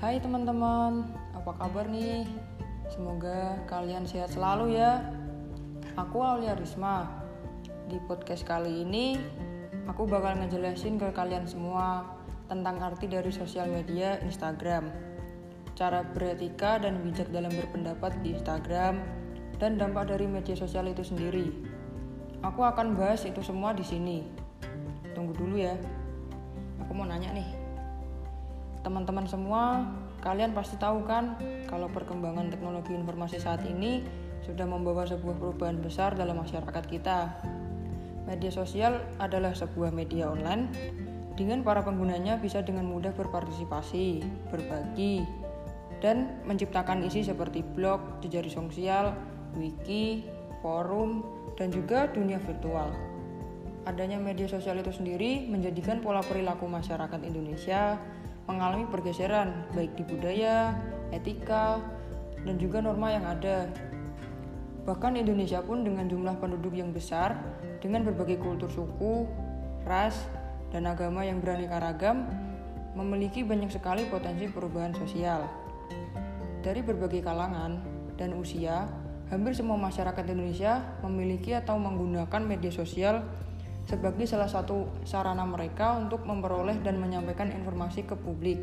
Hai teman-teman, apa kabar nih? Semoga kalian sehat selalu ya. Aku Aulia Risma. Di podcast kali ini, aku bakal ngejelasin ke kalian semua tentang arti dari sosial media Instagram, cara beretika dan bijak dalam berpendapat di Instagram, dan dampak dari media sosial itu sendiri. Aku akan bahas itu semua di sini. Tunggu dulu ya. Aku mau nanya nih. Teman-teman semua, kalian pasti tahu kan kalau perkembangan teknologi informasi saat ini sudah membawa sebuah perubahan besar dalam masyarakat kita. Media sosial adalah sebuah media online dengan para penggunanya bisa dengan mudah berpartisipasi, berbagi, dan menciptakan isi seperti blog, jejaring sosial, wiki, forum, dan juga dunia virtual. Adanya media sosial itu sendiri menjadikan pola perilaku masyarakat Indonesia mengalami pergeseran baik di budaya, etika, dan juga norma yang ada. Bahkan Indonesia pun dengan jumlah penduduk yang besar, dengan berbagai kultur suku, ras, dan agama yang beraneka ragam, memiliki banyak sekali potensi perubahan sosial. Dari berbagai kalangan dan usia, hampir semua masyarakat Indonesia memiliki atau menggunakan media sosial sebagai salah satu sarana mereka untuk memperoleh dan menyampaikan informasi ke publik.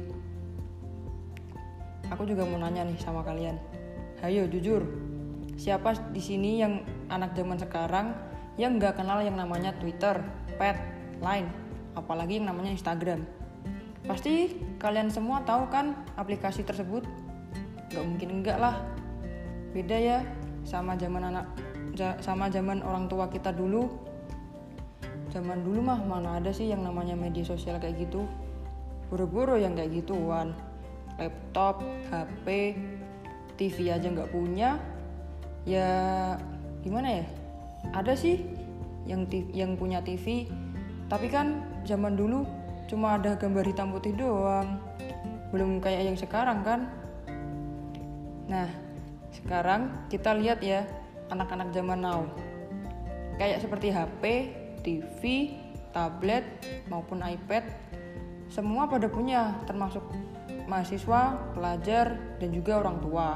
Aku juga mau nanya nih sama kalian. Hayo jujur, siapa di sini yang anak zaman sekarang yang nggak kenal yang namanya Twitter, Pet, Line, apalagi yang namanya Instagram? Pasti kalian semua tahu kan aplikasi tersebut? Nggak mungkin enggak lah. Beda ya sama zaman orang tua kita dulu. Zaman dulu mah mana ada sih yang namanya media sosial kayak gitu. Boro-boro yang kayak gituan. Laptop, HP, TV aja nggak punya. Ya gimana ya? Ada sih yang punya TV. Tapi kan zaman dulu cuma ada gambar hitam putih doang. Belum kayak yang sekarang kan. Nah, sekarang kita lihat ya anak-anak zaman now. Kayak seperti HP, TV, tablet, maupun iPad, semua pada punya, termasuk mahasiswa, pelajar, dan juga orang tua.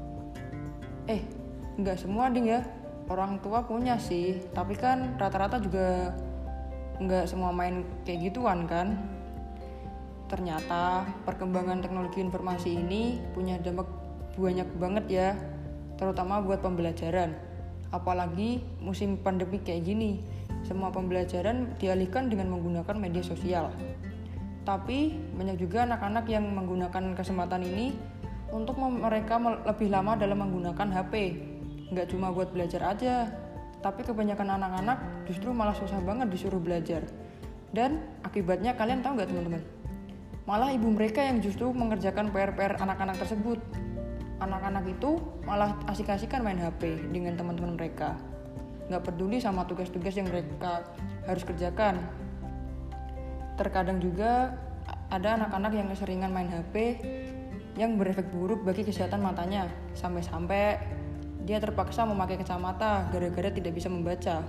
Enggak semua ding ya, orang tua punya sih, tapi kan rata-rata juga enggak semua main kayak gituan kan. Ternyata perkembangan teknologi informasi ini punya dampak banyak banget ya, terutama buat pembelajaran. Apalagi musim pandemi kayak gini, semua pembelajaran dialihkan dengan menggunakan media sosial. Tapi banyak juga anak-anak yang menggunakan kesempatan ini untuk mereka lebih lama dalam menggunakan HP. Nggak cuma buat belajar aja, tapi kebanyakan anak-anak justru malah susah banget disuruh belajar. Dan akibatnya kalian tahu nggak teman-teman? Malah ibu mereka yang justru mengerjakan PR-PR anak-anak tersebut. Anak-anak itu malah asik-asikan main HP dengan teman-teman mereka. Nggak peduli sama tugas-tugas yang mereka harus kerjakan. Terkadang juga ada anak-anak yang keseringan main HP yang berefek buruk bagi kesehatan matanya, sampai-sampai dia terpaksa memakai kacamata gara-gara tidak bisa membaca.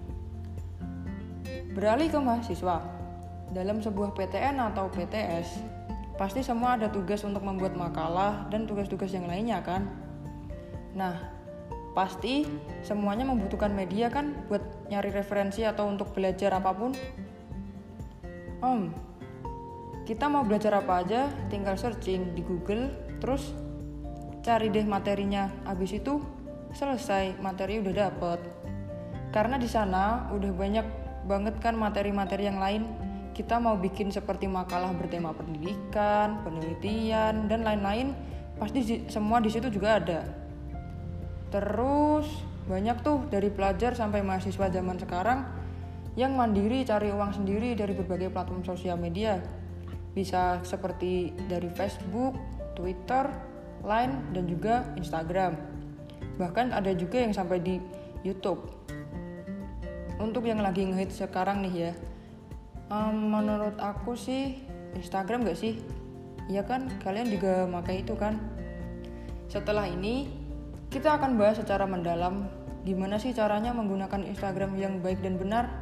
Beralih ke mahasiswa, dalam sebuah PTN atau PTS, pasti semua ada tugas untuk membuat makalah dan tugas-tugas yang lainnya kan? Nah, pasti semuanya membutuhkan media kan buat nyari referensi atau untuk belajar apapun. Kita mau belajar apa aja tinggal searching di Google, terus cari deh materinya. Habis itu selesai, materi udah dapet. Karena di sana udah banyak banget kan materi-materi yang lain. Kita mau bikin seperti makalah bertema pendidikan, penelitian, dan lain-lain, pasti semua di situ juga ada. Terus banyak tuh dari pelajar sampai mahasiswa zaman sekarang yang mandiri cari uang sendiri dari berbagai platform sosial media. Bisa seperti dari Facebook, Twitter, Line, dan juga Instagram. Bahkan ada juga yang sampai di YouTube. Untuk yang lagi ngehits sekarang nih ya, menurut aku sih Instagram gak sih? Iya kan, kalian juga pakai itu kan? Setelah ini kita akan bahas secara mendalam gimana sih caranya menggunakan Instagram yang baik dan benar.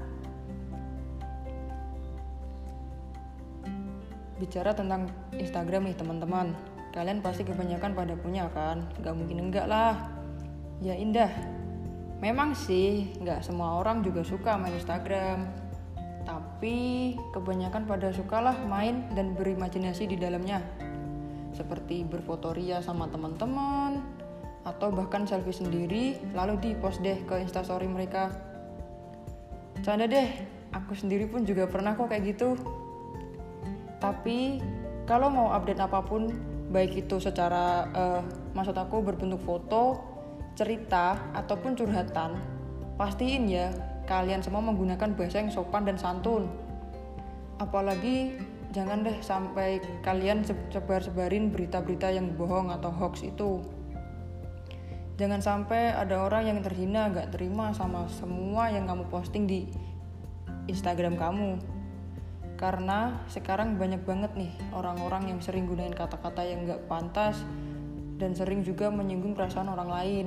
Bicara tentang Instagram nih teman-teman. Kalian pasti kebanyakan pada punya kan? Gak mungkin enggak lah. Ya indah. Memang sih gak semua orang juga suka main Instagram. Tapi kebanyakan pada sukalah main dan berimajinasi di dalamnya. Seperti berfoto ria sama teman-teman, atau bahkan selfie sendiri lalu di-post deh ke instastory mereka. Canda deh, aku sendiri pun juga pernah kok kayak gitu. Tapi kalau mau update apapun, baik itu secara maksud aku berbentuk foto, cerita, ataupun curhatan, pastiin ya kalian semua menggunakan bahasa yang sopan dan santun. Apalagi jangan deh sampai kalian sebar-sebarin berita-berita yang bohong atau hoax itu. Jangan sampai ada orang yang terhina gak terima sama semua yang kamu posting di Instagram kamu. Karena sekarang banyak banget nih orang-orang yang sering gunain kata-kata yang gak pantas dan sering juga menyinggung perasaan orang lain.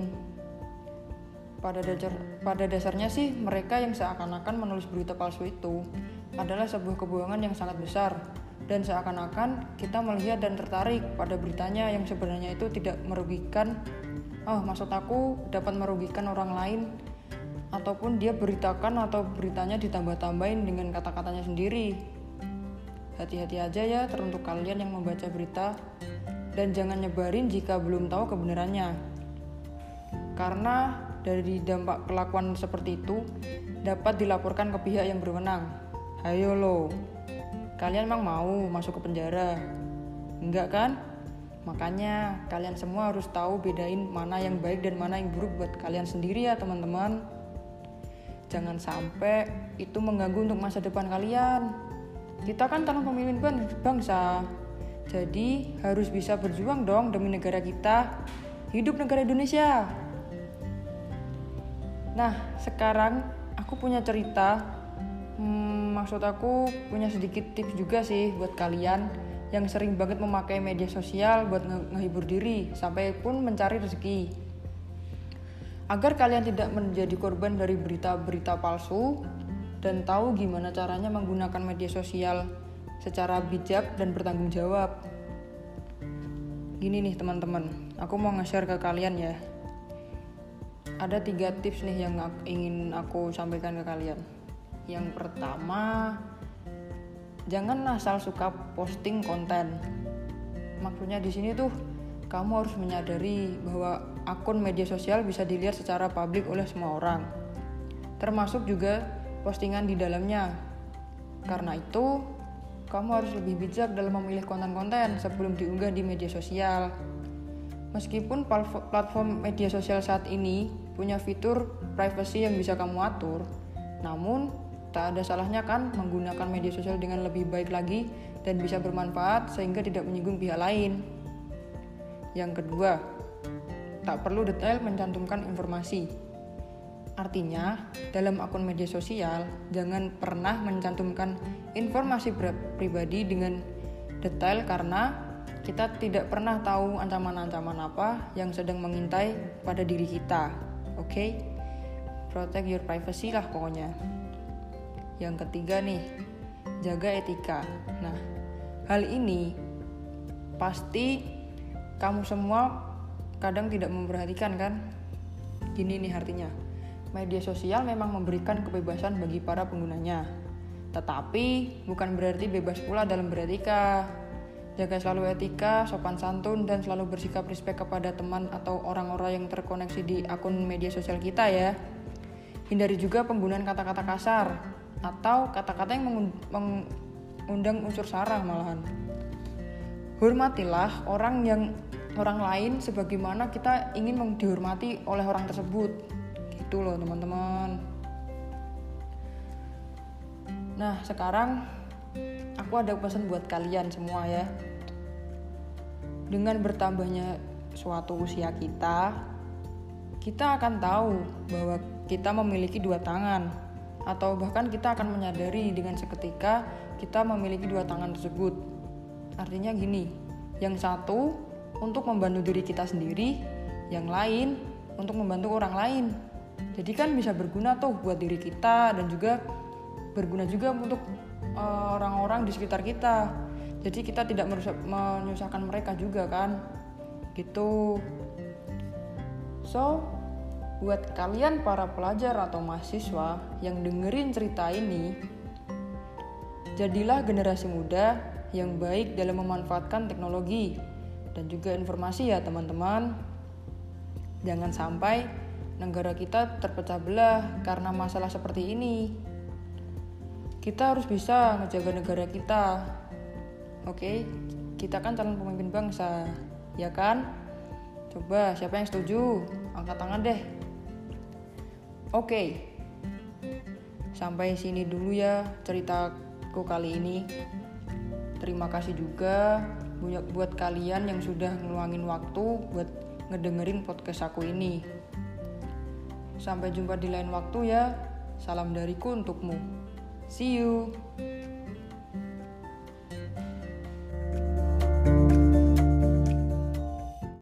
Pada dasarnya sih mereka yang seakan-akan menulis berita palsu itu adalah sebuah kebohongan yang sangat besar, dan seakan-akan kita melihat dan tertarik pada beritanya yang sebenarnya itu tidak merugikan. Maksud aku dapat merugikan orang lain, ataupun dia beritakan atau beritanya ditambah-tambahin dengan kata-katanya sendiri. Hati-hati aja ya teruntuk kalian yang membaca berita, dan jangan nyebarin jika belum tahu kebenarannya. Karena dari dampak kelakuan seperti itu dapat dilaporkan ke pihak yang berwenang. Hayo lo, kalian emang mau masuk ke penjara? Enggak kan? Makanya kalian semua harus tahu bedain mana yang baik dan mana yang buruk buat kalian sendiri ya teman-teman. Jangan sampai itu mengganggu untuk masa depan kalian. Kita kan calon pemimpin bangsa, jadi harus bisa berjuang dong demi negara kita. Hidup negara Indonesia. Nah, sekarang aku punya cerita. Maksud aku punya sedikit tips juga sih buat kalian yang sering banget memakai media sosial buat ngehibur diri, sampai pun mencari rezeki. Agar kalian tidak menjadi korban dari berita-berita palsu, dan tahu gimana caranya menggunakan media sosial secara bijak dan bertanggung jawab. Gini nih teman-teman, aku mau nge-share ke kalian ya. Ada 3 tips nih yang ingin aku sampaikan ke kalian. Yang pertama, jangan asal suka posting konten. Maksudnya di sini tuh kamu harus menyadari bahwa akun media sosial bisa dilihat secara publik oleh semua orang, termasuk juga postingan di dalamnya. Karena itu, kamu harus lebih bijak dalam memilih konten-konten sebelum diunggah di media sosial. Meskipun platform media sosial saat ini punya fitur privacy yang bisa kamu atur, namun tak ada salahnya kan menggunakan media sosial dengan lebih baik lagi dan bisa bermanfaat sehingga tidak menyinggung pihak lain. Yang kedua, tak perlu detail mencantumkan informasi. Artinya, dalam akun media sosial, jangan pernah mencantumkan informasi pribadi dengan detail karena kita tidak pernah tahu ancaman-ancaman apa yang sedang mengintai pada diri kita. Oke? Protect your privacy lah pokoknya. Yang ketiga nih, jaga etika. Nah, hal ini pasti kamu semua kadang tidak memperhatikan kan? Gini nih artinya. Media sosial memang memberikan kebebasan bagi para penggunanya, tetapi bukan berarti bebas pula dalam beretika. Jaga selalu etika, sopan santun, dan selalu bersikap respect kepada teman atau orang-orang yang terkoneksi di akun media sosial kita ya. Hindari juga penggunaan kata-kata kasar atau kata-kata yang mengundang unsur sara malahan. Hormatilah orang lain sebagaimana kita ingin dihormati oleh orang tersebut. Gitu loh teman-teman. Nah, sekarang aku ada pesan buat kalian semua ya. Dengan bertambahnya suatu usia kita akan tahu bahwa kita memiliki 2 tangan, atau bahkan kita akan menyadari dengan seketika kita memiliki 2 tangan tersebut. Artinya gini, yang satu untuk membantu diri kita sendiri, yang lain untuk membantu orang lain. Jadi kan bisa berguna tuh buat diri kita dan juga berguna juga untuk orang-orang di sekitar kita. Jadi kita tidak menyusahkan mereka juga kan. Gitu. So, buat kalian para pelajar atau mahasiswa yang dengerin cerita ini, jadilah generasi muda yang baik dalam memanfaatkan teknologi dan juga informasi ya teman-teman. Jangan sampai negara kita terpecah belah karena masalah seperti ini. Kita harus bisa ngejaga negara kita. Oke, kita kan calon pemimpin bangsa, ya kan? Coba siapa yang setuju? Angkat tangan deh. Oke, sampai sini dulu ya ceritaku kali ini. Terima kasih juga buat kalian yang sudah ngeluangin waktu buat ngedengerin podcast aku ini. Sampai jumpa di lain waktu ya. Salam dariku untukmu. See you.